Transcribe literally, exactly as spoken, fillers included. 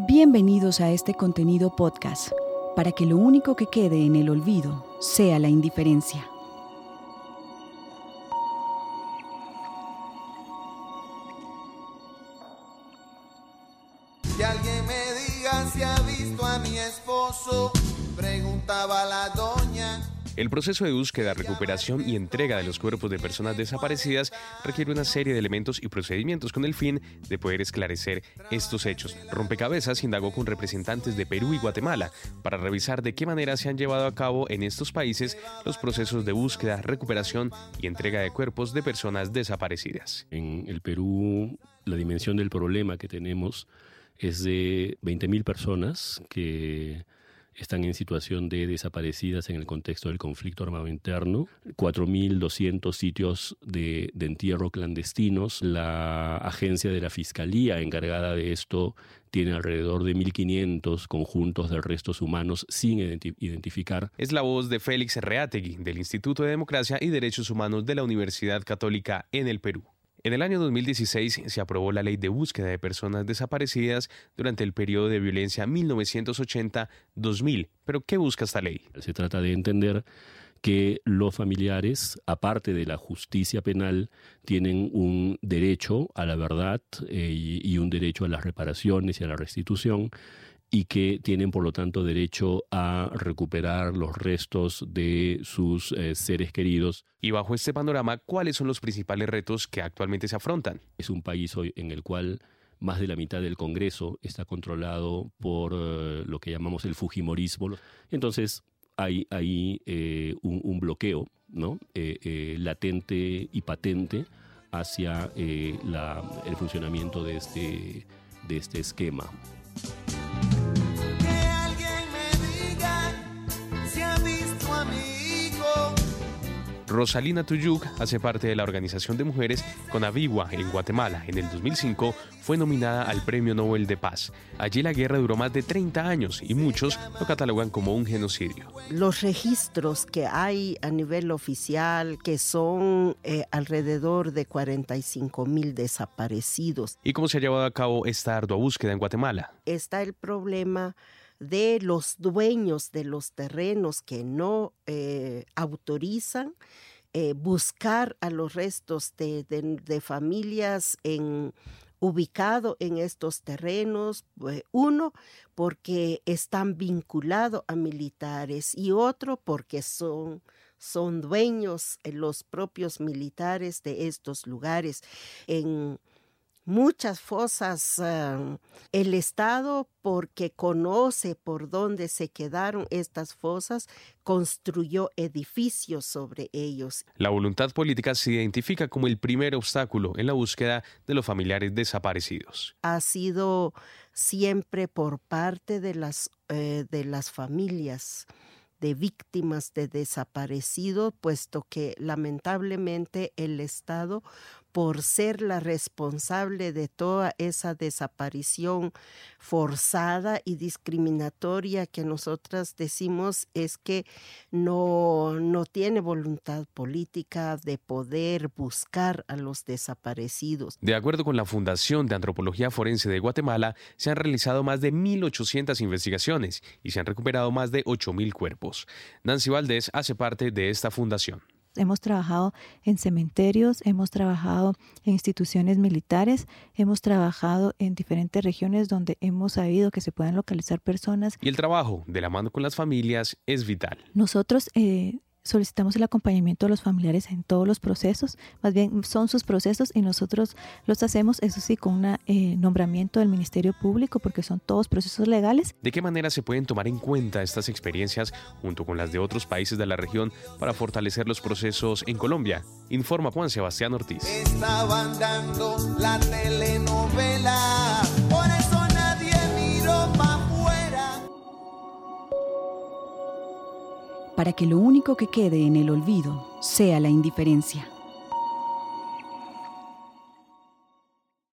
Bienvenidos a este contenido podcast, para que lo único que quede en el olvido sea la indiferencia. Que alguien me diga si ha visto a mi esposo, preguntaba la doña. El proceso de búsqueda, recuperación y entrega de los cuerpos de personas desaparecidas requiere una serie de elementos y procedimientos con el fin de poder esclarecer estos hechos. Rompecabezas indagó con representantes de Perú y Guatemala para revisar de qué manera se han llevado a cabo en estos países los procesos de búsqueda, recuperación y entrega de cuerpos de personas desaparecidas. En el Perú, la dimensión del problema que tenemos es de veinte mil personas que están en situación de desaparecidas en el contexto del conflicto armado interno, cuatro mil doscientos sitios de, de entierro clandestinos. La agencia de la Fiscalía encargada de esto tiene alrededor de mil quinientos conjuntos de restos humanos sin identi- identificar. Es la voz de Félix Reátegui, del Instituto de Democracia y Derechos Humanos de la Universidad Católica en el Perú. En el año dos mil dieciséis se aprobó la Ley de Búsqueda de Personas Desaparecidas durante el periodo de violencia mil novecientos ochenta a dos mil. ¿Pero qué busca esta ley? Se trata de entender que los familiares, aparte de la justicia penal, tienen un derecho a la verdad eh, y, y un derecho a las reparaciones y a la restitución, y que tienen, por lo tanto, derecho a recuperar los restos de sus eh, seres queridos. Y bajo este panorama, ¿cuáles son los principales retos que actualmente se afrontan? Es un país hoy en el cual más de la mitad del Congreso está controlado por eh, lo que llamamos el fujimorismo. Entonces, hay, hay eh, un, un bloqueo, ¿no? eh, eh, latente y patente hacia eh, la, el funcionamiento de este, de este esquema. Rosalina Tuyuk hace parte de la organización de mujeres Conavigua en Guatemala. En el dos mil cinco fue nominada al Premio Nobel de Paz. Allí la guerra duró más de treinta años y muchos lo catalogan como un genocidio. Los registros que hay a nivel oficial, que son eh, alrededor de cuarenta y cinco mil desaparecidos. ¿Y cómo se ha llevado a cabo esta ardua búsqueda en Guatemala? Está el problema de los dueños de los terrenos que no eh, autorizan eh, buscar a los restos de, de, de familias en, ubicado en estos terrenos. Eh, uno, porque están vinculados a militares, y otro porque son, son dueños eh, los propios militares de estos lugares. En muchas fosas, uh, el Estado, porque conoce por dónde se quedaron estas fosas, construyó edificios sobre ellos. La voluntad política se identifica como el primer obstáculo en la búsqueda de los familiares desaparecidos. Ha sido siempre por parte de las, eh, de las familias de víctimas de desaparecidos, puesto que lamentablemente el Estado, por ser la responsable de toda esa desaparición forzada y discriminatoria que nosotras decimos, es que no, no tiene voluntad política de poder buscar a los desaparecidos. De acuerdo con la Fundación de Antropología Forense de Guatemala, se han realizado más de mil ochocientas investigaciones y se han recuperado más de ocho mil cuerpos. Nancy Valdés hace parte de esta fundación. Hemos trabajado en cementerios, hemos trabajado en instituciones militares, hemos trabajado en diferentes regiones donde hemos sabido que se puedan localizar personas. Y el trabajo de la mano con las familias es vital. Nosotros eh, solicitamos el acompañamiento de los familiares en todos los procesos, más bien son sus procesos y nosotros los hacemos, eso sí, con un eh, nombramiento del Ministerio Público, porque son todos procesos legales. ¿De qué manera se pueden tomar en cuenta estas experiencias junto con las de otros países de la región para fortalecer los procesos en Colombia? Informa Juan Sebastián Ortiz. Estaban dando la telenovela, por eso nadie miró pa' afuera. Para que lo único que quede en el olvido sea la indiferencia.